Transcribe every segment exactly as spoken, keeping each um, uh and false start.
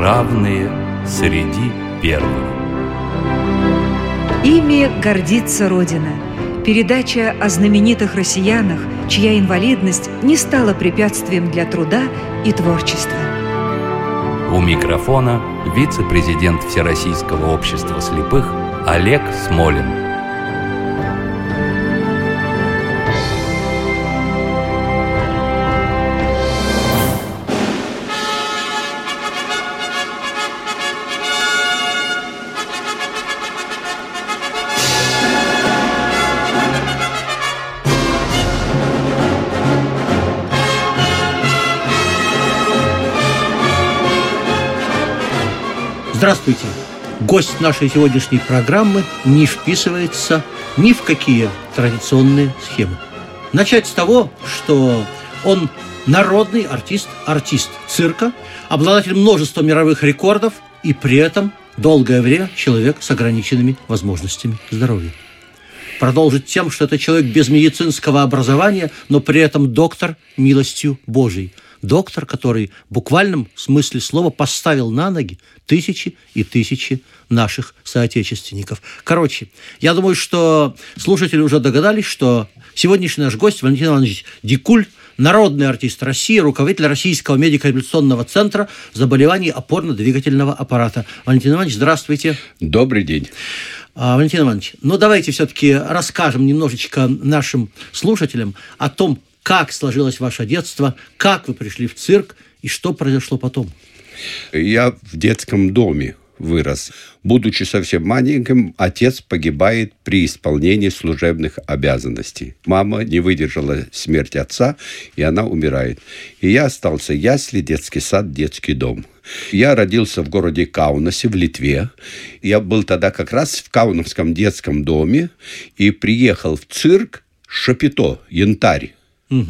равные среди первых. Ими гордится Родина. Передача о знаменитых россиянах, чья инвалидность не стала препятствием для труда и творчества. У микрофона вице-президент Всероссийского общества слепых Олег Смолин. Здравствуйте! Гость нашей сегодняшней программы не вписывается ни в какие традиционные схемы. Начать с того, что он народный артист, артист цирка, обладатель множества мировых рекордов и при этом долгое время человек с ограниченными возможностями здоровья. Продолжить тем, что это человек без медицинского образования, но при этом доктор милостью Божией. Доктор, который в буквальном смысле слова поставил на ноги тысячи и тысячи наших соотечественников. Короче, я думаю, что слушатели уже догадались, что сегодняшний наш гость Валентин Иванович Дикуль, народный артист России, руководитель Российского медико-реабилитационного центра заболеваний опорно-двигательного аппарата. Валентин Иванович, здравствуйте. Добрый день. Валентин Иванович, ну давайте все-таки расскажем немножечко нашим слушателям о том, как сложилось ваше детство, как вы пришли в цирк и что произошло потом? Я в детском доме вырос. Будучи совсем маленьким, отец погибает при исполнении служебных обязанностей. Мама не выдержала смерти отца, и она умирает. И я остался ясли, детский сад, детский дом. Я родился в городе Каунасе, в Литве. Я был тогда как раз в Каунасском детском доме и приехал в цирк Шапито, Янтарь. Угу.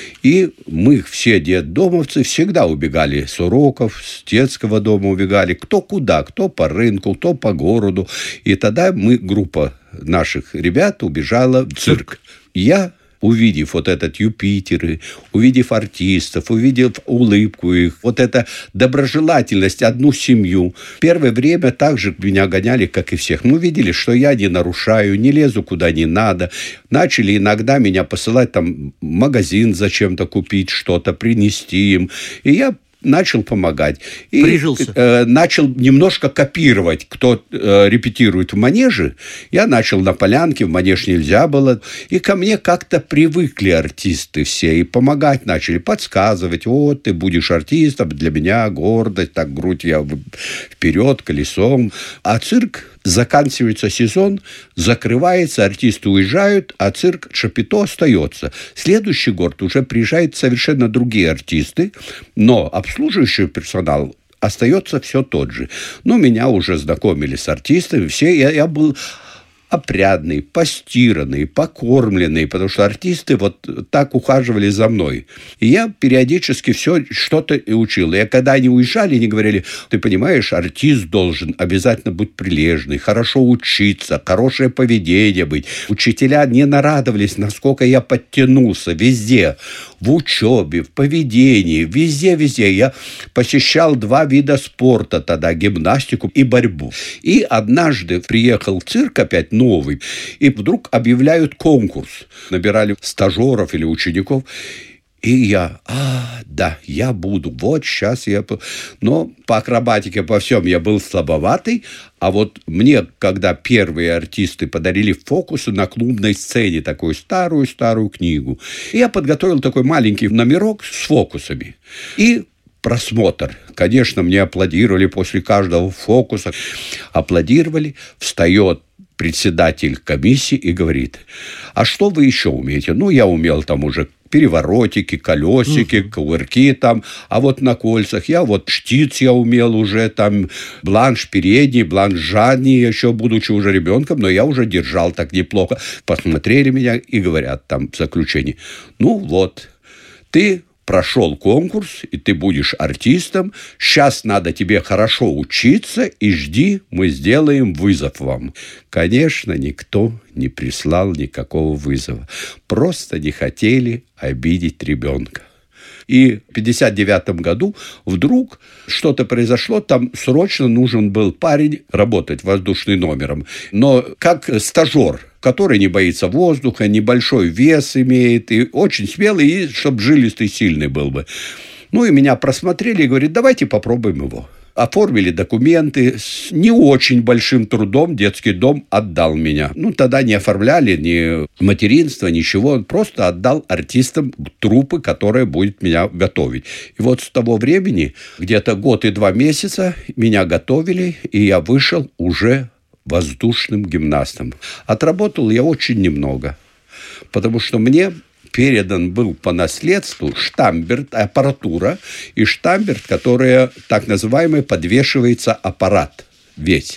И мы все детдомовцы всегда убегали с уроков, с детского дома убегали, кто куда, кто по рынку, кто по городу. И тогда мы, группа наших ребят, убежала в цирк. Я, увидев вот этот Юпитер, увидев артистов, увидев улыбку их, вот эта доброжелательность, одну семью. Первое время также меня гоняли, как и всех. Мы видели, что я не нарушаю, не лезу куда не надо. Начали иногда меня посылать там в магазин зачем-то купить что-то, принести им. И я начал помогать. И Прижился. Э, начал немножко копировать, кто э, репетирует в манеже. Я начал на полянке, в манеж нельзя было. И ко мне как-то привыкли артисты все. И помогать начали, подсказывать. Вот, ты будешь артистом, для меня гордость. Так, грудь я вперед, колесом. А цирк, заканчивается сезон, закрывается, артисты уезжают, а цирк Шапито остается. Следующий год уже приезжают совершенно другие артисты, но обслуживающий персонал остается все тот же. Ну, меня уже знакомили с артистами, все, я, я был опрятный, постиранный, покормленный, потому что артисты вот так ухаживали за мной. И я периодически все что-то и учил. И когда они уезжали, они говорили: ты понимаешь, артист должен обязательно быть прилежный, хорошо учиться, хорошее поведение быть. Учителя не нарадовались, насколько я подтянулся везде. В учебе, в поведении, везде-везде. Я посещал два вида спорта тогда, гимнастику и борьбу. И однажды приехал в цирк опять новый, и вдруг объявляют конкурс. Набирали стажеров или учеников. И я, а, да, я буду, вот сейчас я... Но по акробатике, по всем я был слабоватый, а вот мне, когда первые артисты подарили фокусы на клубной сцене, такую старую-старую книгу, я подготовил такой маленький номерок с фокусами. И просмотр. Конечно, мне аплодировали после каждого фокуса. Аплодировали, встает председатель комиссии и говорит: а что вы еще умеете? Ну, я умел там уже переворотики, колесики, угу. кувырки там, а вот на кольцах я вот штиц я умел уже там, бланш передний, бланш задний, еще будучи уже ребенком, но я уже держал так неплохо. Посмотрели меня и говорят там в заключении: ну вот, ты прошел конкурс, и ты будешь артистом. Сейчас надо тебе хорошо учиться, и жди, мы сделаем вызов вам. Конечно, никто не прислал никакого вызова. Просто не хотели обидеть ребенка. И в пятьдесят девятом году вдруг что-то произошло, там срочно нужен был парень работать воздушным номером, но как стажер, который не боится воздуха, небольшой вес имеет, и очень смелый, и чтобы жилистый, сильный был бы. Ну, и меня просмотрели и говорят, давайте попробуем его. Оформили документы, с не очень большим трудом детский дом отдал меня. Ну, тогда не оформляли ни материнство, ничего. Он просто отдал артистам труппы, которая будет меня готовить. И вот с того времени, где-то год и два месяца, меня готовили, и я вышел уже воздушным гимнастом. Отработал я очень немного, потому что мне передан был по наследству штамберт, аппаратура, и штамберт, которая, так называемый, подвешивается аппарат весь.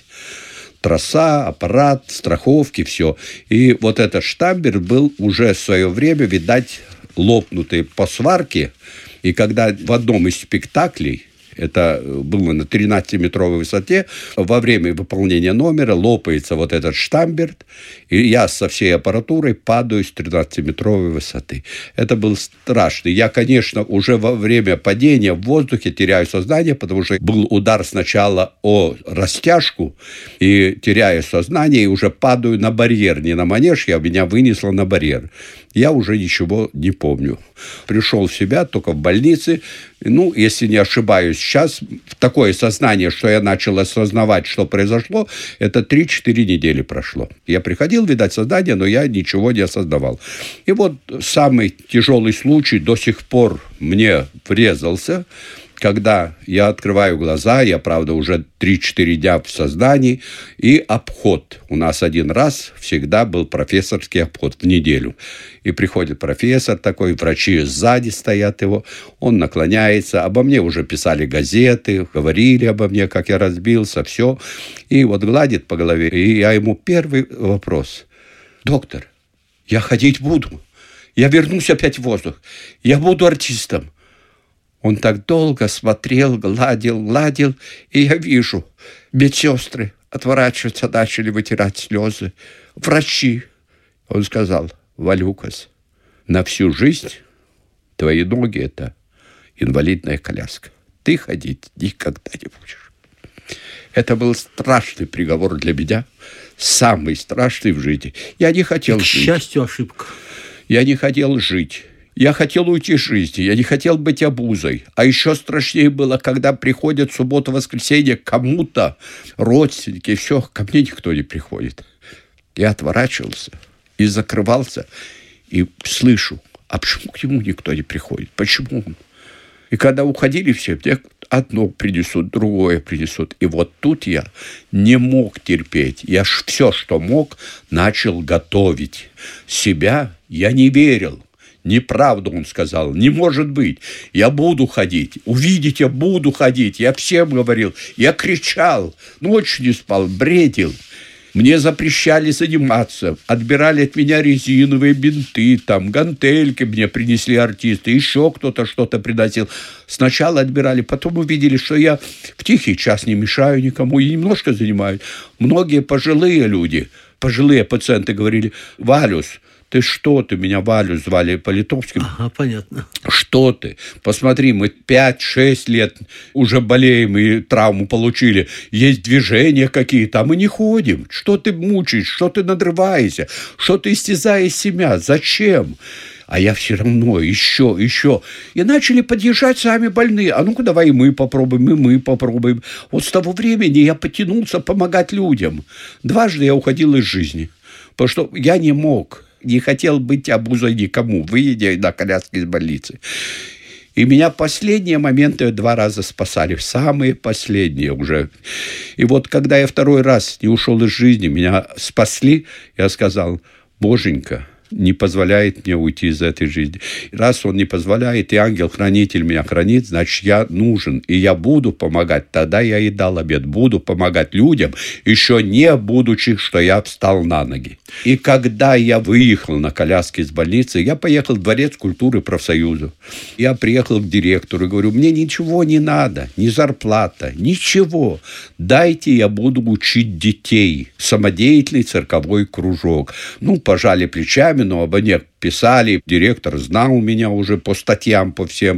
Троса, аппарат, страховки, все. И вот этот штамберт был уже в свое время, видать, лопнутый по сварке. И когда в одном из спектаклей, это было на тринадцатиметровой высоте, во время выполнения номера лопается вот этот штамберт, и я со всей аппаратурой падаю с тринадцатиметровой высоты. Это был страшный. Я, конечно, уже во время падения в воздухе теряю сознание, потому что был удар сначала о растяжку, и теряю сознание, и уже падаю на барьер, не на манеж, я меня вынесло на барьер. Я уже ничего не помню. Пришел в себя только в больнице. Ну, если не ошибаюсь, сейчас такое сознание, что я начал осознавать, что произошло, это три-четыре недели прошло. Я приходил, видать, сознание, но я ничего не осознавал. И вот самый тяжелый случай до сих пор мне врезался, когда я открываю глаза, я, правда, уже три-четыре дня в сознании, и обход. У нас один раз всегда был профессорский обход в неделю. И приходит профессор такой, врачи сзади стоят его, он наклоняется, обо мне уже писали газеты, говорили обо мне, как я разбился, все. И вот гладит по голове, и я ему первый вопрос. Доктор, я ходить буду, я вернусь опять в воздух, я буду артистом. Он так долго смотрел, гладил, гладил, и я вижу, медсестры отворачиваться, начали вытирать слезы. Врачи. Он сказал, Валюкас, на всю жизнь твои ноги – это инвалидная коляска. Ты ходить никогда не будешь. Это был страшный приговор для меня, самый страшный в жизни. Я не хотел жить. К счастью, ошибка. Я не хотел жить. Я хотел уйти из жизни, я не хотел быть обузой. А еще страшнее было, когда приходят суббота-воскресенье кому-то, родственники, и все, ко мне никто не приходит. Я отворачивался и закрывался, и слышу, а почему к нему никто не приходит? Почему? И когда уходили все, мне одно принесут, другое принесут. И вот тут я не мог терпеть. Я ж все, что мог, начал готовить. Себя я не верил. Неправду он сказал, не может быть, я буду ходить, увидите, буду ходить, я всем говорил, я кричал, ночью не спал, бредил. Мне запрещали заниматься, отбирали от меня резиновые бинты, там, гантельки мне принесли артисты, еще кто-то что-то приносил. Сначала отбирали, потом увидели, что я в тихий час не мешаю никому и немножко занимаюсь. Многие пожилые люди, пожилые пациенты говорили, Валюс, ты что ты? Меня Валю звали по-литовски. Ага, понятно. Что ты? Посмотри, мы пять-шесть лет уже болеем и травму получили. Есть движения какие-то, а мы не ходим. Что ты мучаешь? Что ты надрываешься? Что ты истязаешь себя? Зачем? А я все равно еще, еще. И начали подъезжать сами больные. А ну-ка давай и мы попробуем, и мы попробуем. Вот с того времени я потянулся помогать людям. Дважды я уходил из жизни. Потому что я не мог. Не хотел быть обузой никому, выйдя на коляске из больницы. И меня последние моменты два раза спасали, самые последние уже. И вот когда я второй раз не ушел из жизни, меня спасли, я сказал, Боженька не позволяет мне уйти из этой жизни. Раз он не позволяет, и ангел-хранитель меня хранит, значит, я нужен, и я буду помогать. Тогда я и дал обет, буду помогать людям, еще не будучи, что я встал на ноги. И когда я выехал на коляске из больницы, я поехал в Дворец культуры профсоюза. Я приехал к директору и говорю, мне ничего не надо, ни зарплата, ничего. Дайте я буду учить детей. Самодеятельный цирковой кружок. Ну, пожали плечами, но обо мне писали, директор знал меня уже по статьям, по всем.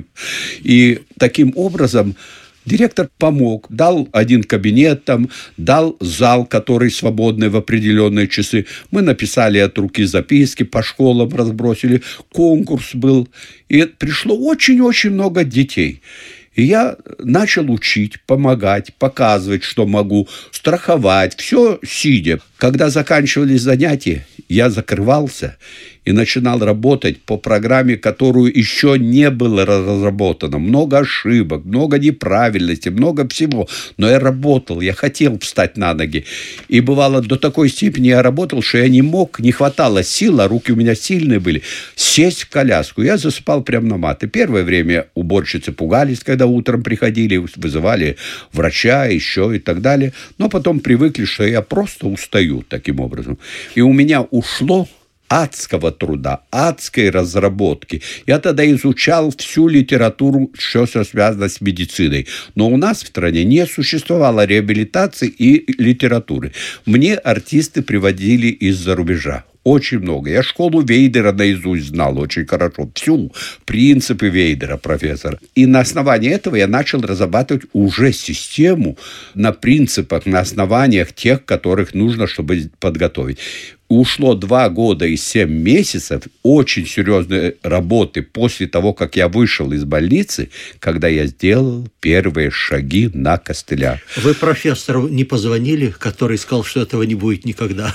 И таким образом директор помог, дал один кабинет там, дал зал, который свободный в определенные часы. Мы написали от руки записки, по школам разбросили, конкурс был. И пришло очень-очень много детей. И я начал учить, помогать, показывать, что могу, страховать, все сидя. Когда заканчивались занятия, я закрывался и начинал работать по программе, которую еще не было разработано. Много ошибок, много неправильностей, много всего. Но я работал, я хотел встать на ноги. И бывало, до такой степени я работал, что я не мог, не хватало сил, а руки у меня сильные были, сесть в коляску. Я засыпал прямо на мат. И первое время уборщицы пугались, когда утром приходили, вызывали врача, еще и так далее. Но потом привыкли, что я просто устаю таким образом. И у меня ушло адского труда, адской разработки. Я тогда изучал всю литературу, что связано с медициной. Но у нас в стране не существовало реабилитации и литературы. Мне артисты приводили из-за рубежа. Очень много. Я школу Вейдера наизусть знал очень хорошо. Всю. Принципы Вейдера, профессор. И на основании этого я начал разрабатывать уже систему на принципах, на основаниях тех, которых нужно, чтобы подготовить. Ушло два года и семь месяцев очень серьезной работы после того, как я вышел из больницы, когда я сделал первые шаги на костылях. Вы профессору не позвонили, который сказал, что этого не будет никогда?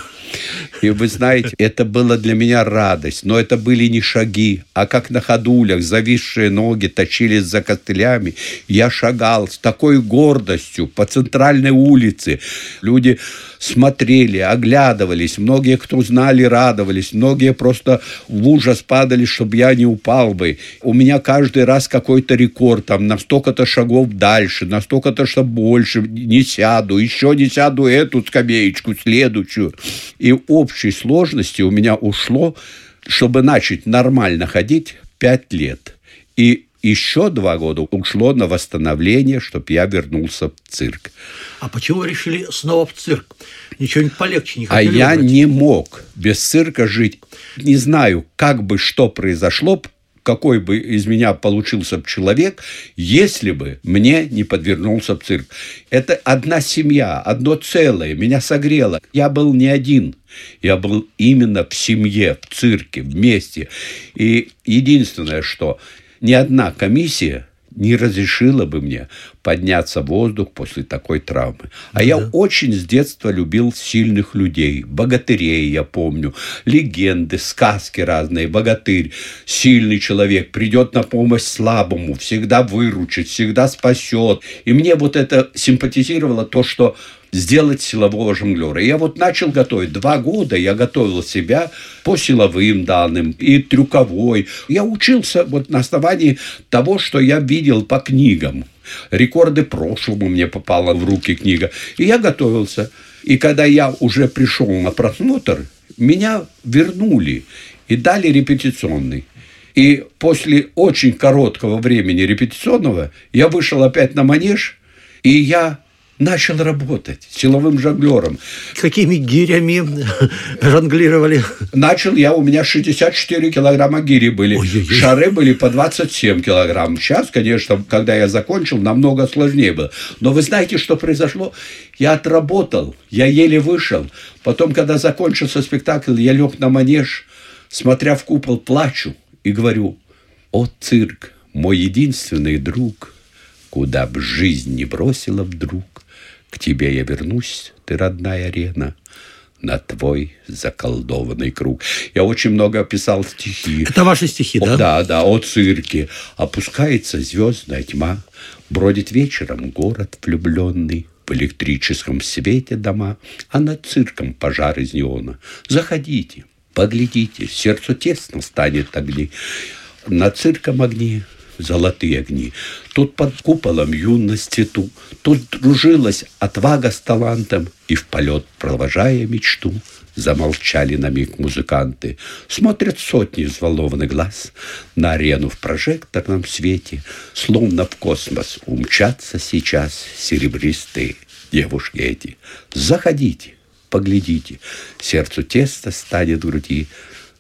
И вы знаете, это было для меня радость, но это были не шаги, а как на ходулях зависшие ноги точились за костылями. Я шагал с такой гордостью по центральной улице. Люди смотрели, оглядывались, многие, кто знали, радовались, многие просто в ужас падали, чтобы я не упал бы. У меня каждый раз какой-то рекорд, там, на столько-то шагов дальше, на столько-то, что больше, не сяду, еще не сяду эту скамеечку, следующую. И общей сложности у меня ушло, чтобы начать нормально ходить, пять лет. И еще два года ушло на восстановление, чтобы я вернулся в цирк. А почему вы решили снова в цирк? Ничего-нибудь полегче не А хотели я выбрать? не мог без цирка жить. Не знаю, как бы что произошло, какой бы из меня получился бы человек, если бы мне не подвернулся в цирк. Это одна семья, одно целое, меня согрело. Я был не один. Я был именно в семье, в цирке, вместе. И единственное, что ни одна комиссия не разрешила бы мне подняться в воздух после такой травмы. А да. Я очень с детства любил сильных людей, богатырей, я помню, легенды, сказки разные, богатырь, сильный человек, придет на помощь слабому, всегда выручит, всегда спасет. И мне вот это симпатизировало, то, что сделать силового жонглера. И я вот начал готовить. Два года я готовил себя по силовым данным и трюковой. Я учился вот на основании того, что я видел по книгам. Рекорды прошлого мне попала в руки книга. И я готовился. И когда я уже пришел на просмотр, меня вернули и дали репетиционный. И после очень короткого времени репетиционного я вышел опять на манеж, и я начал работать силовым жонглером. Какими гирями жонглировали? Начал я, у меня шестьдесят четыре килограмма гири были. Ой-ой-ой. Шары были по двадцать семь килограмм. Сейчас, конечно, когда я закончил, намного сложнее было. Но вы знаете, что произошло? Я отработал, я еле вышел. Потом, когда закончился спектакль, я лег на манеж, смотря в купол, плачу и говорю: «О, цирк, мой единственный друг, куда б жизнь не бросила вдруг, к тебе я вернусь, ты родная арена, на твой заколдованный круг». Я очень много писал стихи. Это ваши стихи, о, да? Да, да, о цирке. Опускается звездная тьма, бродит вечером город влюбленный, в электрическом свете дома, а над цирком пожар из неона. Заходите, поглядите, сердцу тесно станет огни. Над цирком огни, золотые огни. Тут под куполом юность цвету, тут дружилась отвага с талантом, и в полет, провожая мечту, замолчали на миг музыканты. Смотрят сотни взволнованных глаз на арену в прожекторном свете, словно в космос умчатся сейчас серебристые девушки эти. Заходите, поглядите, сердцу тесно станет в груди.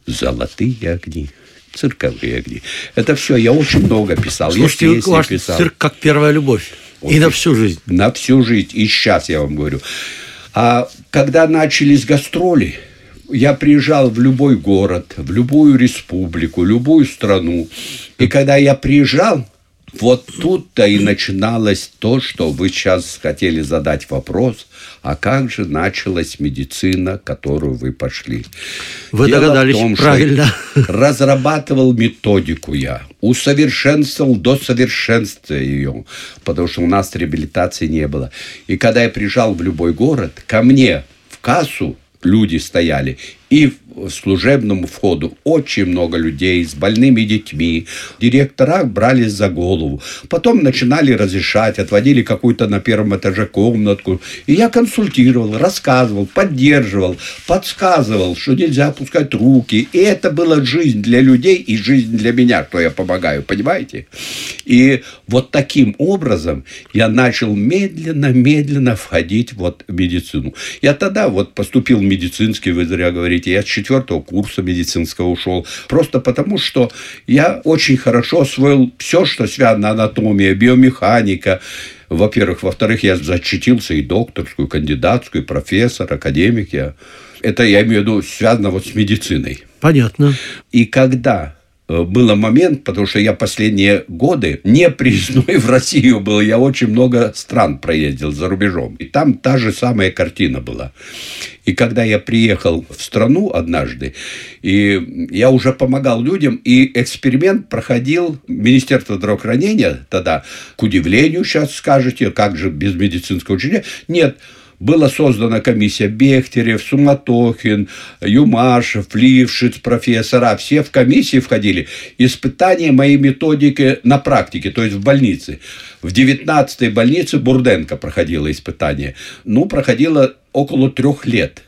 золотые огни, цирковые огни. Это все я очень много писал. Слушайте, я ваш писал. Цирк как первая любовь. Вот и на всю жизнь. На всю жизнь. И сейчас я вам говорю. А когда начались гастроли, я приезжал в любой город, в любую республику, любую страну. И когда я приезжал, вот тут-то и начиналось то, что вы сейчас хотели задать вопрос, а как же началась медицина, которую вы пошли? Вы Дело догадались, в том, правильно. Что разрабатывал методику я, усовершенствовал до совершенства ее, потому что у нас реабилитации не было. И когда я приезжал в любой город, ко мне в кассу люди стояли, и в служебному входу очень много людей с больными детьми. Директора брались за голову. Потом начинали разрешать, отводили какую-то на первом этаже комнатку. И я консультировал, рассказывал, поддерживал, подсказывал, что нельзя опускать руки. И это была жизнь для людей и жизнь для меня, что я помогаю, понимаете? И вот таким образом я начал медленно-медленно входить вот в медицину. Я тогда вот поступил в медицинский, вы зря говорите, я с четвертого курса медицинского ушел. Просто потому, что я очень хорошо освоил все, что связано анатомия, биомеханика. Во-первых. Во-вторых, я защитился и докторскую, кандидатскую, профессор, академик. Я. Это, я имею в виду, связано вот с медициной. Понятно. И когда был момент, потому что я последние годы не приездной в Россию был, я очень много стран проездил за рубежом. И там та же самая картина была. И когда я приехал в страну однажды, и я уже помогал людям, и эксперимент проходил Министерство здравоохранения тогда, к удивлению, сейчас скажете, как же без медицинского учреждения? Нет. Была создана комиссия Бехтерев, Суматохин, Юмашев, Лившиц, профессора. Все в комиссии входили. Испытание моей методики на практике, то есть в больнице. В девятнадцатой больнице Бурденко проходило испытание. Ну, проходило около трех лет.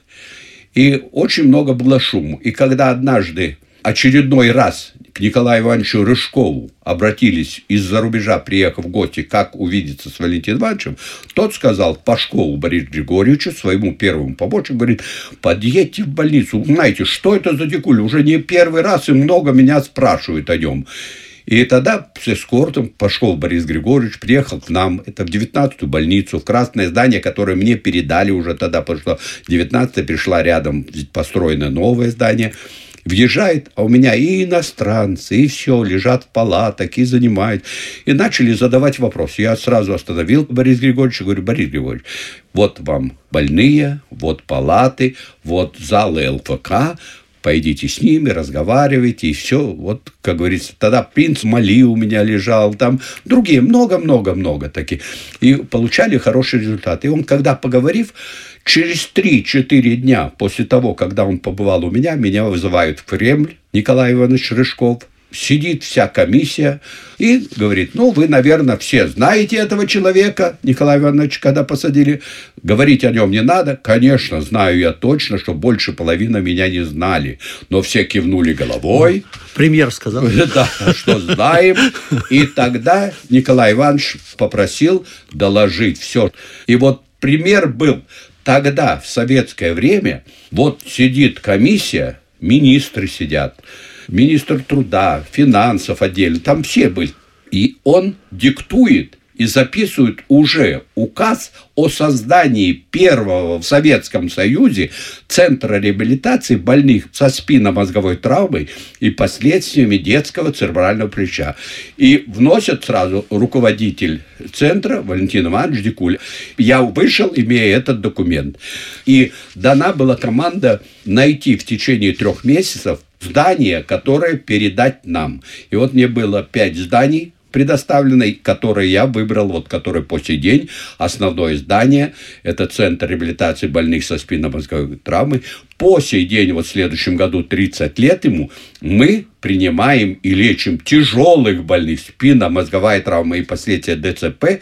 И очень много было шуму. И когда однажды очередной раз к Николаю Ивановичу Рыжкову обратились из-за рубежа, приехав в гости, как увидеться с Валентином Ивановичем, тот сказал Пашкову Борису Григорьевичу, своему первому помощнику, говорит, подъедьте в больницу, узнайте, что это за дикуль, уже не первый раз и много меня спрашивают о нем. И тогда с эскортом Пашков Борис Григорьевич приехал к нам, это в девятнадцатую больницу, в красное здание, которое мне передали уже тогда, потому что девятнадцатая пришла рядом, построено новое здание. Въезжает, а у меня и иностранцы, и все, лежат в палатах, и занимают. И начали задавать вопросы. Я сразу остановил Бориса Григорьевича, говорю, Борис Григорьевич, вот вам больные, вот палаты, вот залы ЛФК, пойдите с ними, разговаривайте, и все. Вот, как говорится, тогда принц Мали у меня лежал, там другие, много-много-много таких. И получали хороший результат. И он, когда поговорив, через три-четыре дня после того, когда он побывал у меня, меня вызывают в Кремль, Николай Иванович Рыжков. Сидит вся комиссия и говорит, ну, вы, наверное, все знаете этого человека, Николая Ивановича, когда посадили. Говорить о нем не надо. Конечно, знаю я точно, что больше половины меня не знали. Но все кивнули головой. Премьер сказал. Да, что знаем. И тогда Николай Иванович попросил доложить все. И вот пример был. Тогда, в советское время, вот сидит комиссия, министры сидят, министр труда, финансов отдельно, там все были. И он диктует и записывает уже указ о создании первого в Советском Союзе центра реабилитации больных со спинномозговой травмой и последствиями детского церебрального паралича. И вносят сразу руководитель центра Валентин Иванович Дикуль. Я вышел, имея этот документ. И дана была команда найти в течение трех месяцев здание, которое передать нам. И вот мне было пять зданий предоставленной, которые я выбрал, вот которые по сей день основное здание, это Центр реабилитации больных со спинномозговой травмой. По сей день, вот в следующем году тридцать лет ему, мы принимаем и лечим тяжелых больных, спинномозговая травма и последствия ДЦП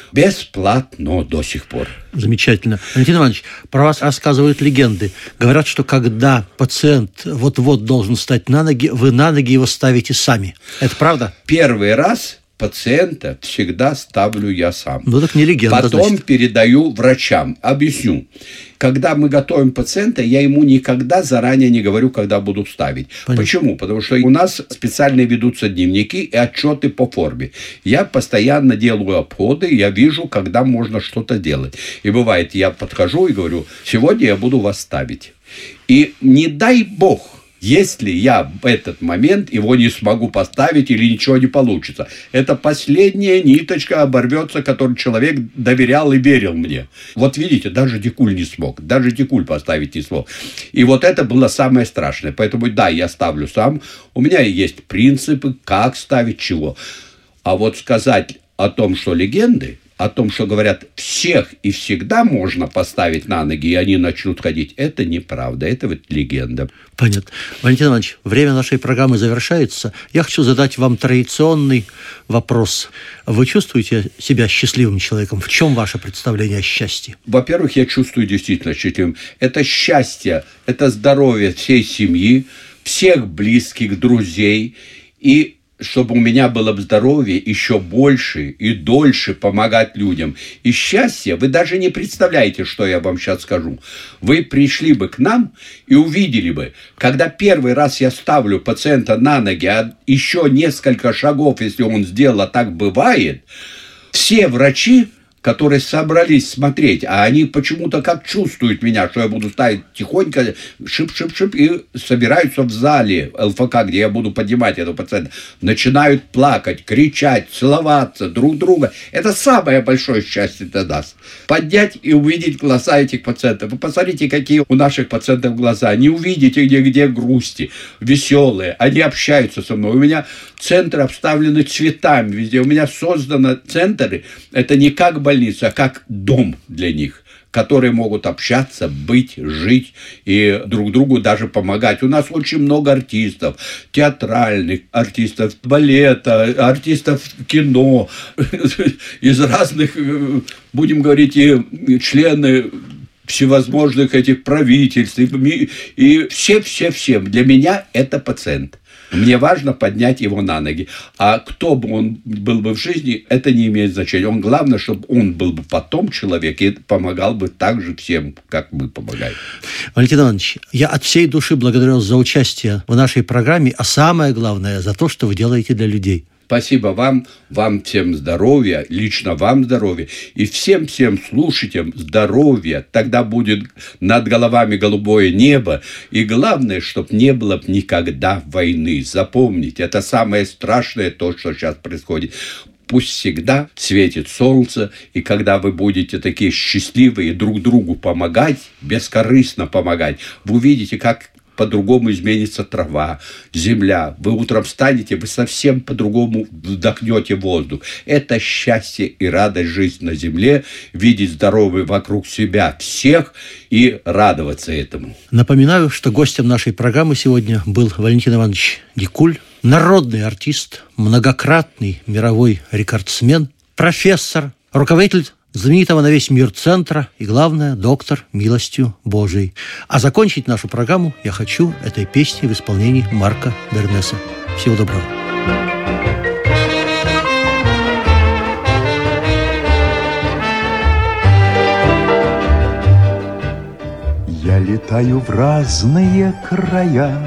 бесплатно до сих пор. Замечательно. Валентин Иванович, про вас рассказывают легенды. Говорят, что когда пациент вот-вот должен встать на ноги, вы на ноги его ставите сами. Это правда? Первый раз пациента всегда ставлю я сам. Ну так не легенда, Потом значит. передаю врачам. Объясню. Когда мы готовим пациента, я ему никогда заранее не говорю, когда буду ставить. Понятно. Почему? Потому что у нас специально ведутся дневники и отчеты по форме. Я постоянно делаю обходы, я вижу, когда можно что-то делать. И бывает, я подхожу и говорю, сегодня я буду вас ставить. И не дай бог, если я в этот момент его не смогу поставить или ничего не получится. Это последняя ниточка оборвется, которой человек доверял и верил мне. Вот видите, даже Дикуль не смог. Даже Дикуль поставить не смог. И вот это было самое страшное. Поэтому да, я ставлю сам. У меня есть принципы, как ставить чего. А вот сказать о том, что легенды, о том, что говорят, всех и всегда можно поставить на ноги, и они начнут ходить, это неправда, это вот легенда. Понятно. Валентин Иванович, время нашей программы завершается. Я хочу задать вам традиционный вопрос. Вы чувствуете себя счастливым человеком? В чем ваше представление о счастье? Во-первых, я чувствую действительно счастливым. Это счастье, это здоровье всей семьи, всех близких, друзей, и чтобы у меня было бы здоровье еще больше и дольше помогать людям. И счастье, вы даже не представляете, что я вам сейчас скажу. Вы пришли бы к нам и увидели бы, когда первый раз я ставлю пациента на ноги, а еще несколько шагов, если он сделал, а так бывает, все врачи, которые собрались смотреть, а они почему-то как чувствуют меня, что я буду ставить тихонько, шип-шип-шип, и собираются в зале ЛФК, где я буду поднимать этого пациента, начинают плакать, кричать, целоваться друг друга. Это самое большое счастье для нас. Поднять и увидеть глаза этих пациентов. Вы посмотрите, какие у наших пациентов глаза. Не увидите где-где грусти, веселые. Они общаются со мной. У меня центры обставлены цветами везде. У меня созданы центры. Это не как больница, а как дом для них, которые могут общаться, быть, жить и друг другу даже помогать. У нас очень много артистов, театральных артистов, балета, артистов кино, из разных, будем говорить, и члены всевозможных этих правительств, и все-все-все. Для меня это пациент. Мне важно поднять его на ноги. А кто бы он был бы в жизни, это не имеет значения. Он, главное, чтобы он был бы потом человек и помогал бы так же всем, как мы помогаем. Валентин Иванович, я от всей души благодарю вас за участие в нашей программе, а самое главное, за то, что вы делаете для людей. Спасибо вам, вам всем здоровья, лично вам здоровья, и всем-всем слушателям здоровья. Тогда будет над головами голубое небо, и главное, чтобы не было никогда войны. Запомните, это самое страшное, то, что сейчас происходит. Пусть всегда светит солнце, и когда вы будете такие счастливые друг другу помогать, бескорыстно помогать, вы увидите, как по-другому изменится трава, земля. Вы утром встанете, вы совсем по-другому вдохнете воздух. Это счастье и радость жизни на земле, видеть здоровые вокруг себя всех и радоваться этому. Напоминаю, что гостем нашей программы сегодня был Валентин Иванович Дикуль, народный артист, многократный мировой рекордсмен, профессор, руководитель знаменитого на весь мир центра и, главное, доктор милостью Божией. А закончить нашу программу я хочу этой песней в исполнении Марка Бернеса. Всего доброго. Я летаю в разные края.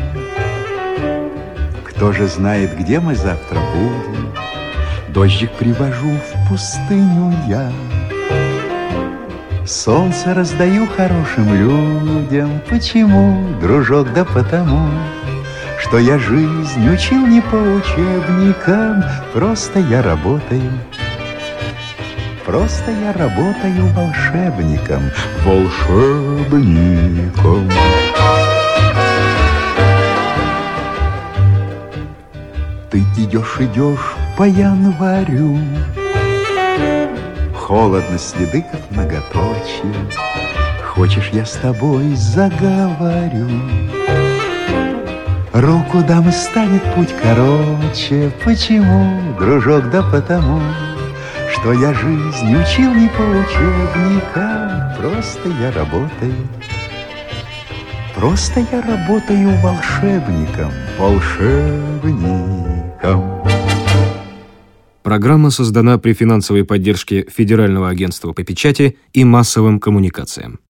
Кто же знает, где мы завтра будем? Дождик привожу в пустыню я. Солнце раздаю хорошим людям. Почему, дружок? Да потому, что я жизнь учил не по учебникам. Просто я работаю, просто я работаю волшебником, волшебником. Ты идешь, идешь по январю, холодно, следы как многоточие. Хочешь, я с тобой заговорю? Руку дам, и станет путь короче. Почему, дружок? Да потому, что я жизнь учил не по учебникам. Просто я работаю, просто я работаю волшебником, волшебником. Программа создана при финансовой поддержке Федерального агентства по печати и массовым коммуникациям.